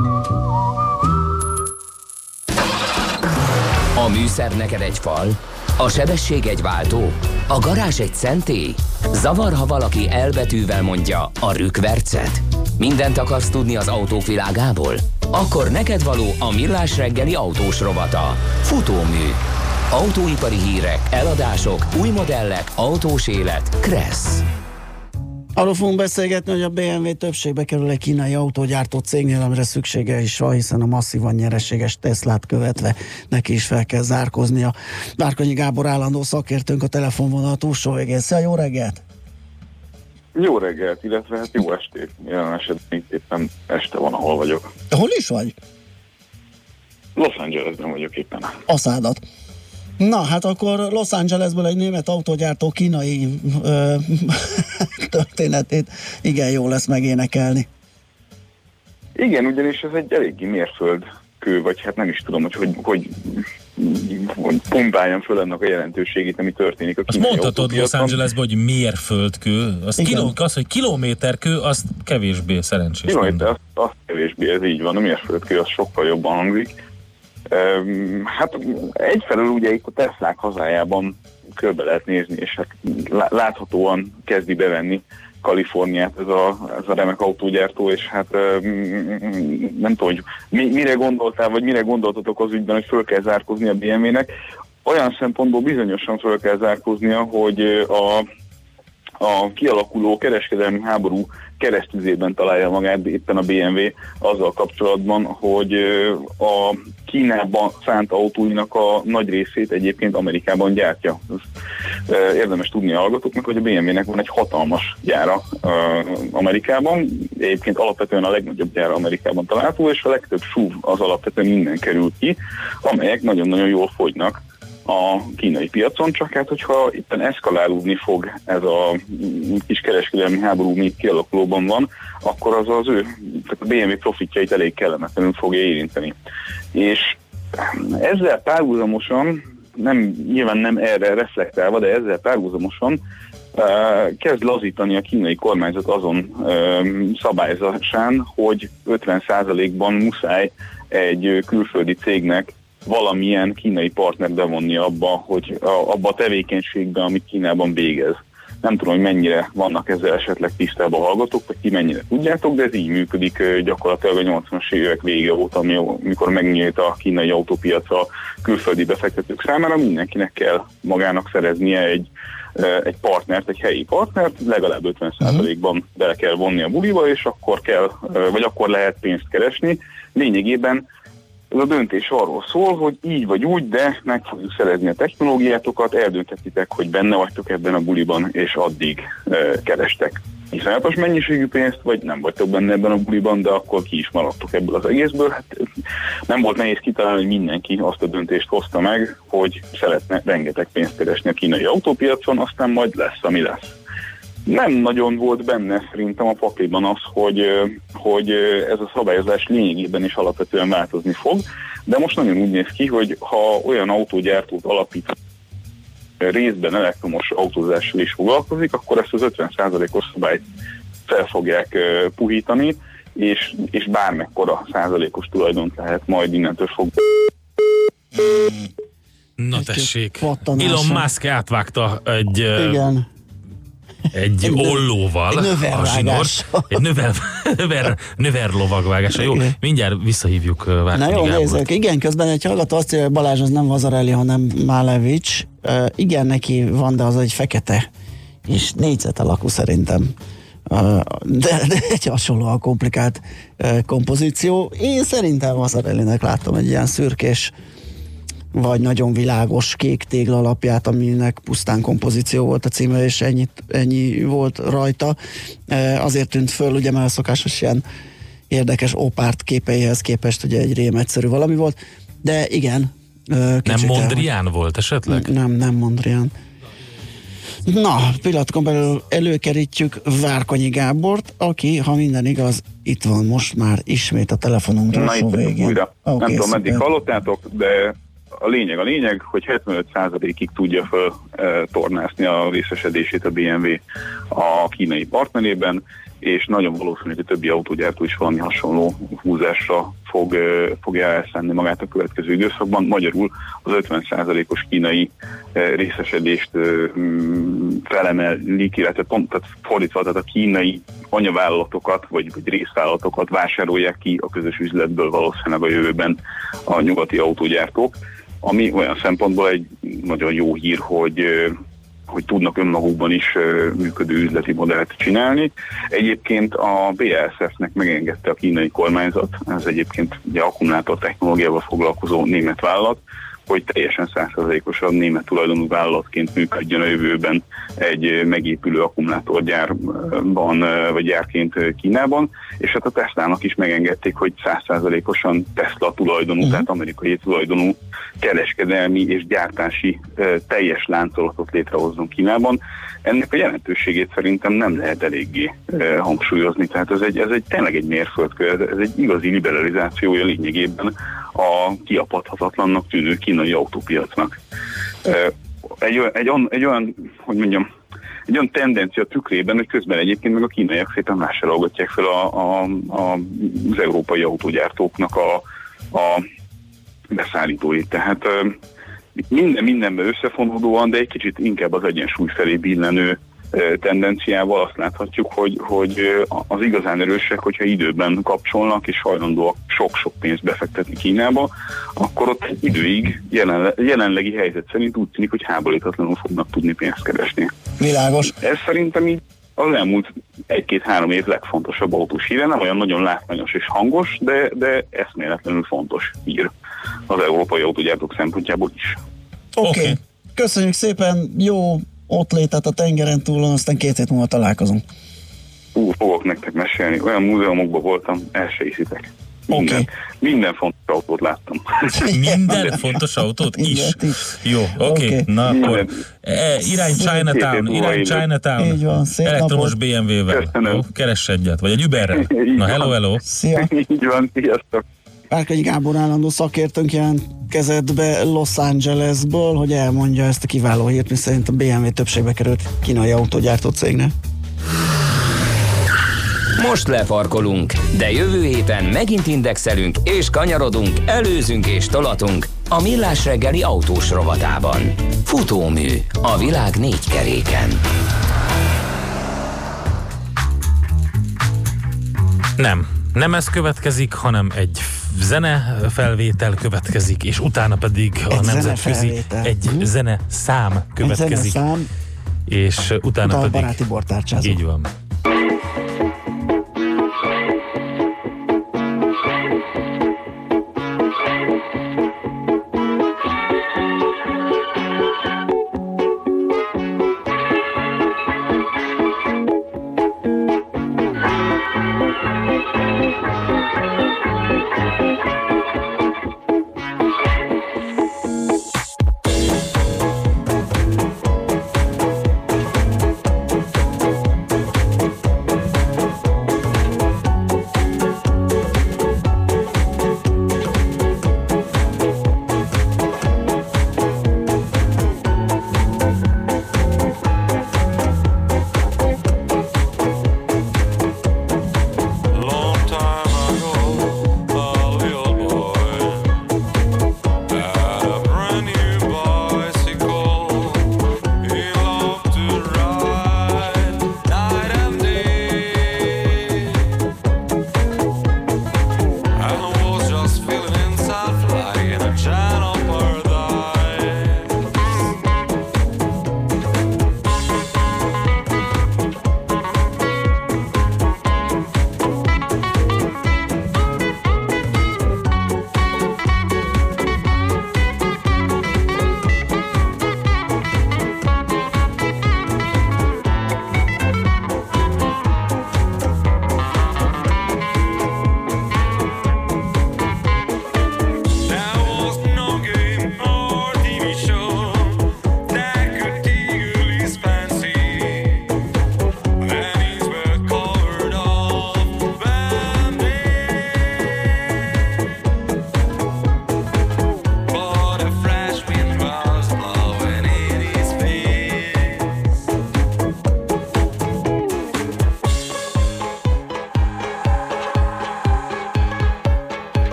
A műszer neked egy fal, a sebesség egy váltó, a garázs egy szentély. Zavar, ha valaki elbetűvel mondja a rükvercet. Mindent akarsz tudni az autók világából? Akkor neked való a Millás reggeli autós rovata. Futómű. Autóipari hírek, eladások, új modellek, autós élet. Kressz. Arról fogunk beszélgetni, hogy a bé em vé többségbe kerül egy kínai autógyártó cégnél, amire szüksége is van, hiszen a masszívan nyereséges Teslát követve neki is fel kell zárkoznia. Várkonyi Gábor állandó szakértőnk a telefonvonal túlsó végén. Szia, jó reggelt! Jó reggelt, illetve hát jó estét. Jelen esetben éppen este van, ahol vagyok. Hol is vagy? Los Angelesben vagyok éppen. A szádat. Na, hát akkor Los Angelesből egy német autógyártó kínai ö, történetét igen jó lesz megénekelni. Igen, ugyanis ez egy eléggé mérföldkő, vagy hát nem is tudom, hogy hogy, hogy, hogy pumpáljam föl annak a jelentőségét, ami történik a kínai autópiacon. Azt mondhatod Los Angelesben, hogy mérföldkő. Az, kiló, az, hogy kilométerkő, az kevésbé szerencsés. Kilométer, az, az kevésbé, ez így van. A mérföldkő az sokkal jobban hangzik. Hát egyfelől ugye itt a Teslák hazájában körbe lehet nézni, és hát láthatóan kezdi bevenni Kaliforniát ez a, ez a remek autógyártó, és hát nem tudom, hogy mire gondoltál, vagy mire gondoltatok az ügyben, hogy föl kell zárkózni a bé em vé-nek. Olyan szempontból bizonyosan föl kell zárkóznia, hogy a a kialakuló kereskedelmi háború keresztüzében találja magát éppen a bé em vé azzal kapcsolatban, hogy a Kínában szánt autóinak a nagy részét egyébként Amerikában gyártja. Érdemes tudni a hallgatóknak, hogy a bé em vé-nek van egy hatalmas gyára Amerikában, egyébként alapvetően a legnagyobb gyára Amerikában található, és a legtöbb es u vé az alapvetően innen kerül ki, amelyek nagyon-nagyon jól fogynak a kínai piacon, csak hát hogyha itten eszkalálódni fog ez a kis kereskedelmi háború, még kialakulóban van, akkor az az ő, tehát a bé em vé profitjait elég kellemetlenül fogja érinteni. És ezzel párhuzamosan, nem, nyilván nem erre reflektálva, de ezzel párhuzamosan uh, kezd lazítani a kínai kormányzat azon uh, szabályzásán, hogy ötven százalékban muszáj egy külföldi cégnek valamilyen kínai partner bevonni abba, hogy a, abba a tevékenységben, amit Kínában végez. Nem tudom, hogy mennyire vannak ezzel esetleg tisztában hallgatók, vagy ti mennyire tudjátok, de ez így működik gyakorlatilag a nyolcvanas évek vége óta, amikor megnyílt a kínai autópiac a külföldi befektetők számára, mindenkinek kell magának szereznie egy, egy partnert, egy helyi partnert, legalább ötven százalékban bele kell vonni a buliba, és akkor kell, vagy akkor lehet pénzt keresni. Lényegében ez a döntés arról szól, hogy így vagy úgy, de meg fogjuk szerezni a technológiátokat, eldönthetitek, hogy benne vagytok ebben a buliban, és addig e, kerestek iszonyatos mennyiségű pénzt, vagy nem vagytok benne ebben a buliban, de akkor ki is maradtok ebből az egészből. Hát nem volt nehéz kitalálni, hogy mindenki azt a döntést hozta meg, hogy szeretne rengeteg pénzt keresni a kínai autópiacon, aztán majd lesz, ami lesz. Nem nagyon volt benne szerintem a pakliban az, hogy, hogy ez a szabályozás lényegében is alapvetően változni fog, de most nagyon úgy néz ki, hogy ha olyan autógyártót alapít részben elektromos autózással is foglalkozik, akkor ezt az ötven százalékos szabályt fel fogják uh, puhítani, és, és bármekkora százalékos tulajdont lehet majd innentől fog. Na tessék, Elon Musk átvágta egy... Igen. Egy, egy ollóval egy a zsinort. Egy növer, növer, növer lovagvágása. Jó, mindjárt visszahívjuk Várkonyi Na jó, Gábort. nézzük. Igen, közben egy hallgató azt írja, Balázs az nem Vazarelli, hanem Málevics. Uh, igen, neki van, de az egy fekete és négyzet alakú szerintem. Uh, de, de egy hasonlóan komplikált uh, kompozíció. Én szerintem Vazarellinek láttam egy ilyen szürkés vagy nagyon világos kék tégla alapját, aminek pusztán kompozíció volt a címe, és ennyit, ennyi volt rajta. E, azért tűnt föl, ugye, mert a szokásos ilyen érdekes opárt képeihez képest ugye egy rém egyszerű valami volt, de igen. Nem Mondrian el, volt esetleg? Nem, nem Mondrian. Na, pillanatkon belül előkerítjük Várkonyi Gábort, aki, ha minden igaz, itt van most már ismét a telefonunk rossz végén. Újra. Okay, nem tudom, meddig hallottátok, de a lényeg a lényeg, hogy hetvenöt százalékig tudja föl e, tornászni a részesedését a bé em vé a kínai partnerében, és nagyon valószínű, hogy a többi autógyártó is valami hasonló húzásra fog, e, fogja elszánni magát a következő időszakban. Magyarul az ötven százalékos kínai e, részesedést e, felemelik, illetve pont, tehát fordítva, tehát a kínai anyavállalatokat, vagy, vagy részvállalatokat vásárolják ki a közös üzletből valószínűleg a jövőben a nyugati autógyártók, ami olyan szempontból egy nagyon jó hír, hogy, hogy tudnak önmagukban is működő üzleti modellt csinálni. Egyébként a bé á es ef-nek megengedte a kínai kormányzat, ez egyébként ugye akkumulátor technológiával foglalkozó német vállalat, hogy teljesen száz százalékosan német tulajdonú vállalatként működjön a jövőben egy megépülő akkumulátorgyárban, vagy gyárként Kínában, és hát a Teslának is megengedték, hogy száz százalékosan Tesla tulajdonú, uh-huh. tehát amerikai tulajdonú kereskedelmi és gyártási teljes láncolatot létrehozzon Kínában. Ennek a jelentőségét szerintem nem lehet eléggé hangsúlyozni, tehát ez egy, ez egy tényleg egy mérföldkő, ez egy igazi liberalizációja lényegében a kiapadhatatlannak tűnő kínai autópiacnak. Egy, egy, egy olyan, hogy mondjam, egy olyan tendencia tükrében, hogy közben egyébként meg a kínaiak szépen vásárolgatják fel a, a, a, az európai autógyártóknak a, a beszállítóit. Tehát minden mindenben összefonódóan, de egy kicsit inkább az egyensúly felé billenő tendenciával azt láthatjuk, hogy, hogy az igazán erősek, hogyha időben kapcsolnak és hajlandóak sok-sok pénzt befektetni Kínába, akkor ott egy időig jelen, jelenlegi helyzet szerint úgy tűnik, hogy háborítatlanul fognak tudni pénzt keresni. Világos. Ez szerintem így az elmúlt egy-két-három év legfontosabb autós híre, nem olyan nagyon látványos és hangos, de, de eszméletlenül fontos hír az európai autógyártók szempontjából is. Oké, okay. Okay. Köszönjük szépen, jó ott létet a tengeren túlon, aztán két hét múlva találkozunk. Ú, fogok nektek mesélni. Olyan múzeumokban voltam, el se hiszitek. Minden, okay. minden fontos autót láttam. Minden fontos autót is? Jó, oké. Okay. Okay. Na akkor e, irány Chinatown, irány Chinatown. Így van, elektromos bé em vé-vel. Jó, keress egyet, vagy egy Uberrel. Na, hello, hello. Szia. Így van, sziasztok. Várkonyi Gábor állandó szakértőnk jelentkezett be Los Angelesből, hogy elmondja ezt a kiváló hírt, miszerint a bé em vé többségbe került kínai autógyártó cégnek. Most lefarkolunk, de jövő héten megint indexelünk és kanyarodunk, előzünk és tolatunk a Millás reggeli autós rovatában. Futómű a világ négy keréken. Nem, nem ez következik, hanem egy zene felvétel következik, és utána pedig a egy nemzetközi egy hm? zene szám következik. Egy zene szám, és utána, utána pedig... baráti bortárcsázó. Így van.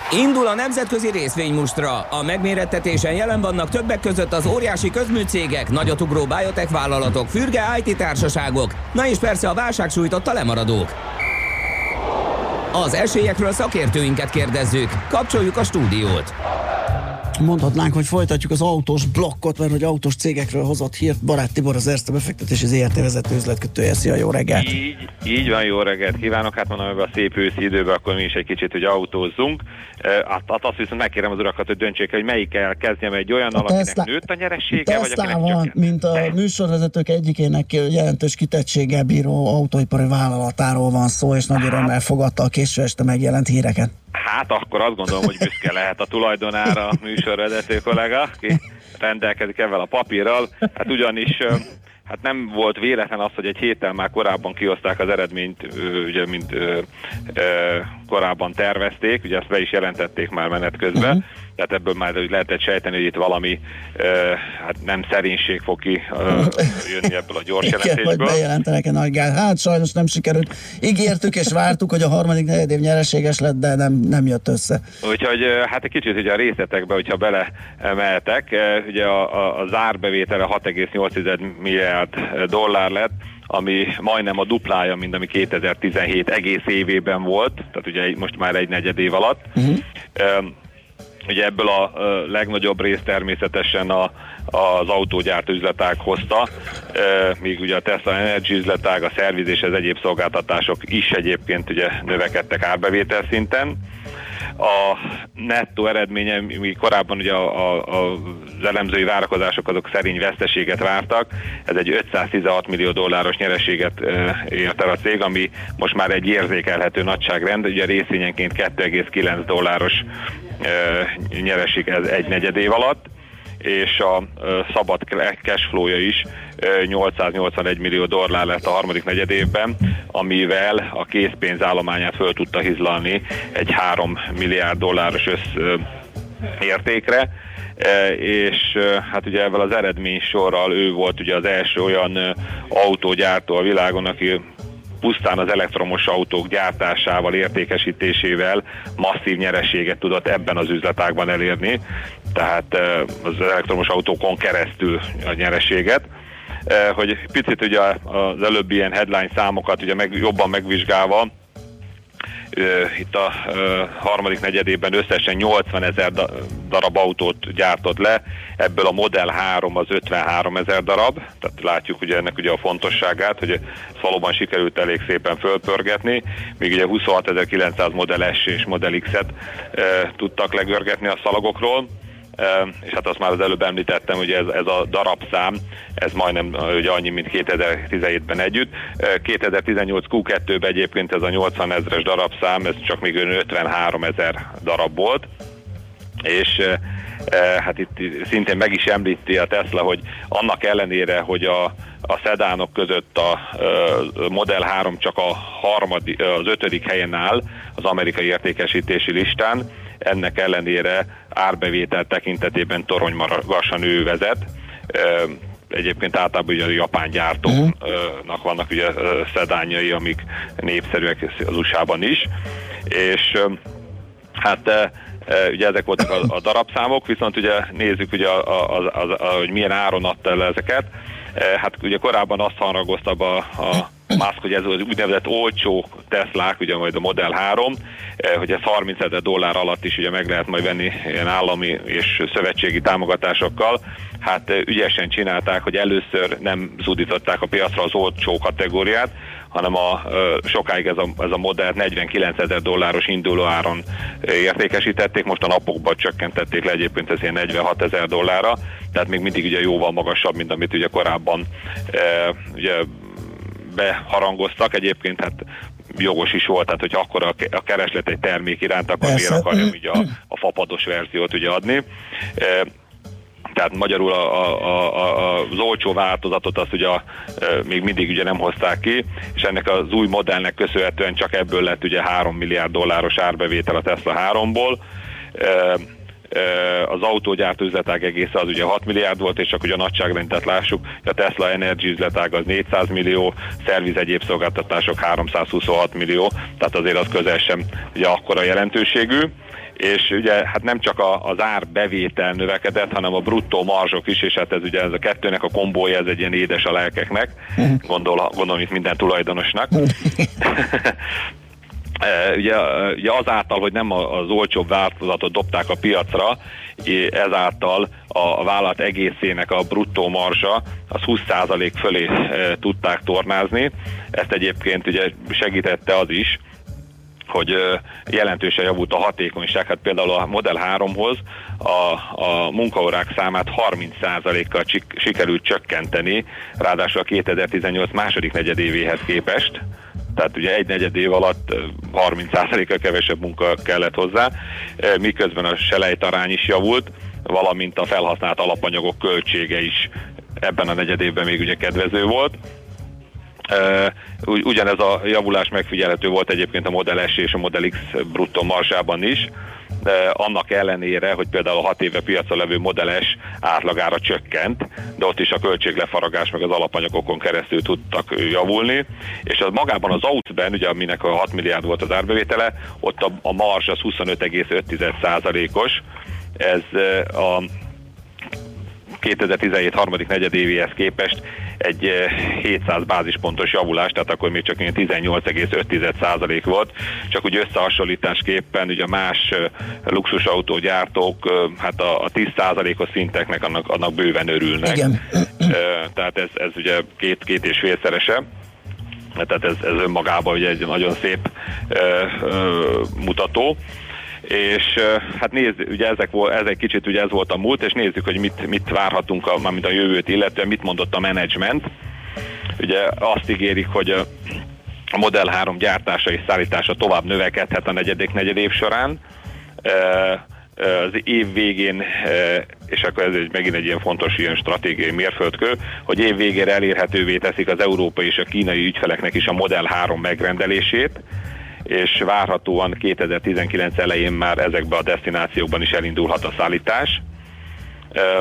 Indul a nemzetközi részvénymustra. A megmérettetésen jelen vannak többek között az óriási közműcégek, nagyotugró biotech vállalatok, fürge i té társaságok, na és persze a válság sújtotta lemaradók. Az esélyekről szakértőinket kérdezzük. Kapcsoljuk a stúdiót. Mondhatnánk, hogy folytatjuk az autós blokkot, mert hogy autós cégekről hozott hírt Barát Tibor, az Erste Befektetési zé er té vezető üzletkötője. Szia, jó reggelt! Így, így van, jó reggelt kívánok. Hát mondom, ebben a szép őszi időben akkor mi is egy kicsit, hogy autózzunk. Hát, hát azt viszont megkérem az urakat, hogy döntsék, hogy melyikkel kezdjem, egy olyan, akinek Tesla, nőtt a nyeressége, vagy akinek csökkent. Mint a műsorvezetők egyikének jelentős kitettséggel bíró autóipari vállalatáról van szó, és nagy örömmel fogadta a késő este megjelent híreket. Hát akkor azt gondolom, hogy büszke lehet a tulajdonára a műsorvezető kollega, aki rendelkezik ezzel a papírral. Hát ugyanis hát nem volt véletlen az, hogy egy héttel már korábban kihozták az eredményt, ugye, mint ö, ö, korábban tervezték, ugye ezt be is jelentették már menet közben, uh-huh. Tehát ebből már lehetett sejteni, hogy itt valami ö, hát nem szerénység fog ki ö, jönni ebből a gyors jelentésből. Igen, hogy bejelentenek egy nagy gál. Hát sajnos nem sikerült. Ígértük és vártuk, hogy a harmadik negyedév nyereséges lett, de nem, nem jött össze. Úgyhogy hát egy kicsit ugye a részletekbe, hogyha belemeltek, ugye a, a, a zárbevétele hat egész nyolc milliárd dollár lett, ami majdnem a duplája, mint ami kétezer-tizenhét egész évében volt, tehát ugye most már egy negyed év alatt. Uh-huh. Ugye ebből a legnagyobb részt természetesen a, az autógyártó üzletág hozta, míg ugye a Tesla Energy üzletág, a szerviz és az egyéb szolgáltatások is egyébként ugye növekedtek árbevétel szinten. A nettó eredménye, mi korábban ugye a, a, a, az elemzői várakozások azok szerény veszteséget vártak, ez egy ötszáztizenhat millió dolláros nyereséget e, ért el a cég, ami most már egy érzékelhető nagyságrend, ugye részvényenként két egész kilenc dolláros e, nyereség ez egy negyed év alatt, és a e, szabad cashflow-ja is e, nyolcszáznyolcvanegy millió dollár lett a harmadik negyed évben, amivel a készpénzállományát föl tudta hizlalni egy három milliárd dolláros össz e, értékre, e, és e, hát ugye ezzel az eredménysorral ő volt ugye az első olyan e, autógyártó a világon, aki pusztán az elektromos autók gyártásával, értékesítésével masszív nyereséget tudott ebben az üzletágban elérni, tehát az elektromos autókon keresztül a nyereséget. Hogy picit ugye az előbbi ilyen headline számokat ugye meg, jobban megvizsgálva, itt a harmadik negyedében összesen nyolcvanezer darab autót gyártott le, ebből a Model három az ötvenháromezer darab, tehát látjuk ugye ennek ugye a fontosságát, hogy ezt valóban sikerült elég szépen fölpörgetni, míg ugye huszonhatezer-kilencszáz Model S és Model X-et e, tudtak legörgetni a szalagokról. Uh, és hát azt már az előbb említettem, hogy ez, ez a darabszám, ez majdnem ugye annyi, mint kétezer-tizenhétben együtt. Uh, kétezer-tizennyolc kú kettőben egyébként ez a nyolcvan ezres darabszám, ez csak még ötvenhárom ezer darab volt, és uh, uh, hát itt szintén meg is említi a Tesla, hogy annak ellenére, hogy a, a szedánok között a uh, Model három csak a harmadik, az ötödik helyen áll az amerikai értékesítési listán, ennek ellenére árbevétel tekintetében toronymagasan ő vezet. Egyébként általában ugye a japán gyártóknak vannak ugye szedányai, amik népszerűek az u es á-ban is. És hát ugye ezek voltak a, a darabszámok, viszont ugye nézzük ugye a, a, a, a, hogy milyen áron adta el ezeket. Hát ugye korábban azt haragozta a, a Musk, hogy ez az úgynevezett olcsó Teslák, ugye majd a Model három, hogy ez harmincezer dollár alatt is ugye meg lehet majd venni ilyen állami és szövetségi támogatásokkal. Hát ügyesen csinálták, hogy először nem zúdították a piacra az olcsó kategóriát, hanem a, sokáig ez a, ez a Model negyvenkilencezer dolláros induló áron értékesítették, most a napokban csökkentették le egyébként ez ilyen negyvenhatezer dollárra, tehát még mindig ugye jóval magasabb, mint amit ugye korábban e, ugye beharangoztak. Egyébként hát jogos is volt, tehát hogyha akkor a kereslet egy termék iránt, akkor miért akarjam ugye a, a fapados verziót ugye adni. E, tehát magyarul a, a, a, az olcsó változatot azt ugye a, e, még mindig ugye nem hozták ki, és ennek az új modellnek köszönhetően csak ebből lett ugye három milliárd dolláros árbevétel a Tesla háromból. E, az autógyártó üzletág egésze az ugye hat milliárd volt, és csak ugye a nagyságrendet lássuk, a Tesla Energy üzletág az négyszáz millió, szerviz egyéb szolgáltatások háromszázhuszonhat millió, tehát azért az közel sem ugye akkora jelentőségű, és ugye hát nem csak a, az árbevétel növekedett, hanem a bruttó marzsok is, és hát ez ugye ez a kettőnek a kombója, ez egy ilyen édes a lelkeknek, gondol, gondolom itt minden tulajdonosnak. Ugye, ugye azáltal, hogy nem az olcsóbb változatot dobták a piacra, ezáltal a vállalat egészének a bruttó marzsa az húsz százalék fölé e, tudták tornázni. Ezt egyébként ugye segítette az is, hogy e, jelentősen javult a hatékonyság. Hát például a Model háromhoz a, a munkaórák számát harminc százalékkal csik, sikerült csökkenteni, ráadásul a kétezer-tizennyolc második negyedévéhez képest. Tehát ugye egy negyed év alatt harminc százalékkal kevesebb munka kellett hozzá, miközben a selejtarány is javult, valamint a felhasznált alapanyagok költsége is ebben a negyed évben még ugye kedvező volt. Ugyanez a javulás megfigyelhető volt egyébként a Model S és a Model X bruttó marzsában is, de annak ellenére, hogy például a hat éve piacon levő Model S átlagára csökkent, de ott is a költséglefaragás meg az alapanyagokon keresztül tudtak javulni, és az magában az Autzben, ugye aminek a hat milliárd volt az árbevétele, ott a, a marzs az huszonöt egész öt százalékos, ez a kétezer-tizenhét harmadik negyedévéhez képest egy hétszáz bázispontos javulás, tehát akkor még csak tizennyolc egész öt százalék volt, csak úgy összehasonlításképpen ugye más luxusautógyártók hát a, a tíz százalékos szinteknek annak, annak bőven örülnek. Igen. Tehát ez, ez ugye két, két és félszerese. Tehát ez, ez önmagában ugye egy nagyon szép ö, ö, mutató. És hát nézzük, ugye ezek, ez egy kicsit ugye ez volt a múlt, és nézzük, hogy mit, mit várhatunk, a, mármint a jövőt illetően, mit mondott a menedzsment. Ugye azt ígérik, hogy a Model három gyártása és szállítása tovább növekedhet a negyedik negyed év során. Az év végén, és akkor ez egy, megint egy ilyen fontos ilyen stratégiai mérföldkő, hogy év végére elérhetővé teszik az európai és a kínai ügyfeleknek is a Model három megrendelését, és várhatóan kétezer-tizenkilenc elején már ezekbe a desztinációkban is elindulhat a szállítás. E,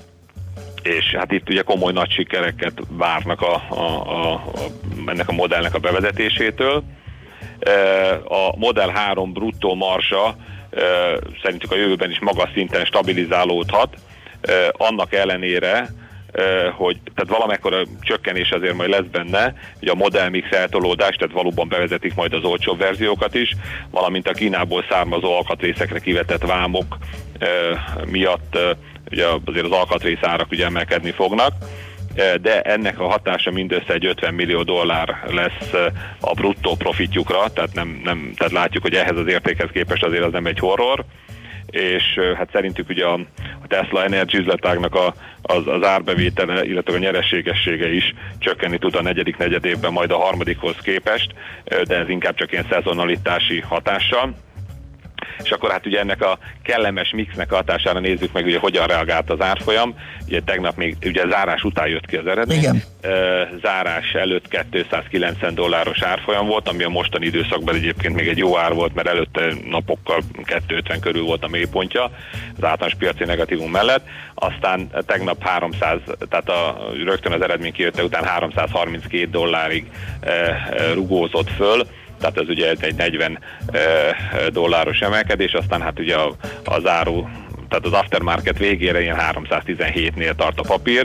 és hát itt ugye komoly nagy sikereket várnak a, a, a, a, ennek a modellnek a bevezetésétől. E, a Model három bruttó marzsa e, szerintük a jövőben is magas szinten stabilizálódhat, e, annak ellenére, hogy tehát valamekkora csökkenés azért majd lesz benne, hogy a Model Mix eltolódás, tehát valóban bevezetik majd az olcsóbb verziókat is, valamint a Kínából származó alkatrészekre kivetett vámok e, miatt e, ugye azért az alkatrészárak ugye emelkedni fognak, e, de ennek a hatása mindössze egy ötven millió dollár lesz a bruttó profitjukra, tehát, nem, nem, tehát látjuk, hogy ehhez az értékhez képest azért az nem egy horror, és hát szerintük ugye a, a Tesla Energy üzletágnak a, az, az árbevétele, illetve a nyereségessége is csökkenni tud a negyedik negyed évben majd a harmadikhoz képest, de ez inkább csak ilyen szezonalitási hatással. És akkor hát ugye ennek a kellemes mixnek a hatására nézzük meg, ugye hogyan reagált az árfolyam. Ugye tegnap még ugye zárás után jött ki az eredmény. Igen. Zárás előtt kétszázkilencven dolláros árfolyam volt, ami a mostani időszakban egyébként még egy jó ár volt, mert előtte napokkal kétszázötven körül volt a mélypontja az általános piaci negatívum mellett. Aztán tegnap háromszáz, tehát a, rögtön az eredmény kijötte után háromszázharminckét dollárig rugózott föl. Tehát ez ugye egy negyven dolláros emelkedés, aztán hát ugye a, a záró, tehát az aftermarket végére ilyen háromszáztizenhétnél tart a papír,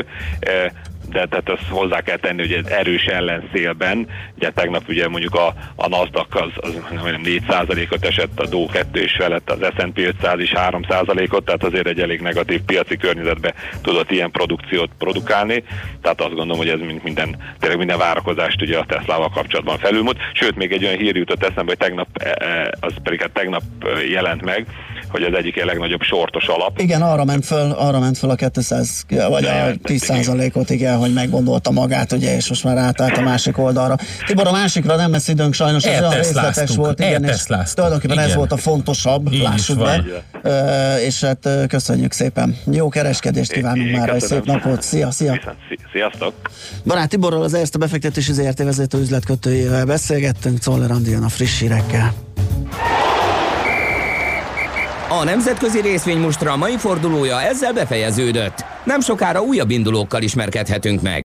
de tehát ezt hozzá kell tenni, hogy ez erős ellenszélben, ugye tegnap ugye mondjuk a, a NASDAQ az, az nem négy százalékot esett, a Dow kettő is felett, az es and pé ötszáz is három százalékot, tehát azért egy elég negatív piaci környezetbe tudott ilyen produkciót produkálni, tehát azt gondolom, hogy ez minden, tényleg minden várakozást ugye a Teslával kapcsolatban felülmúlt, sőt még egy olyan hír jutott eszembe, hogy tegnap, az pedig hát tegnap jelent meg, hogy az egyik legnagyobb sortos alap. Igen, arra ment föl, arra ment föl a kétszáz, vagy a tíz százalékot, igen, hogy meggondolta magát, ugye, és most már átállt a másik oldalra. Tibor, a másikra nem lesz időnk sajnos, ez olyan részletes volt, igen, és tulajdonképpen igen. Ez volt a fontosabb, így lássuk be. Uh, és hát köszönjük szépen. Jó kereskedést kívánunk már, egy szép napot. Szia, szia! Sziasztok! Barát Tiborral, az Erste befektetési zé er té vezető üzletkötőjével beszélgettünk, Czoller Andi jön a friss hírekkel. A nemzetközi részvénymustra mai fordulója ezzel befejeződött. Nem sokára újabb indulókkal ismerkedhetünk meg.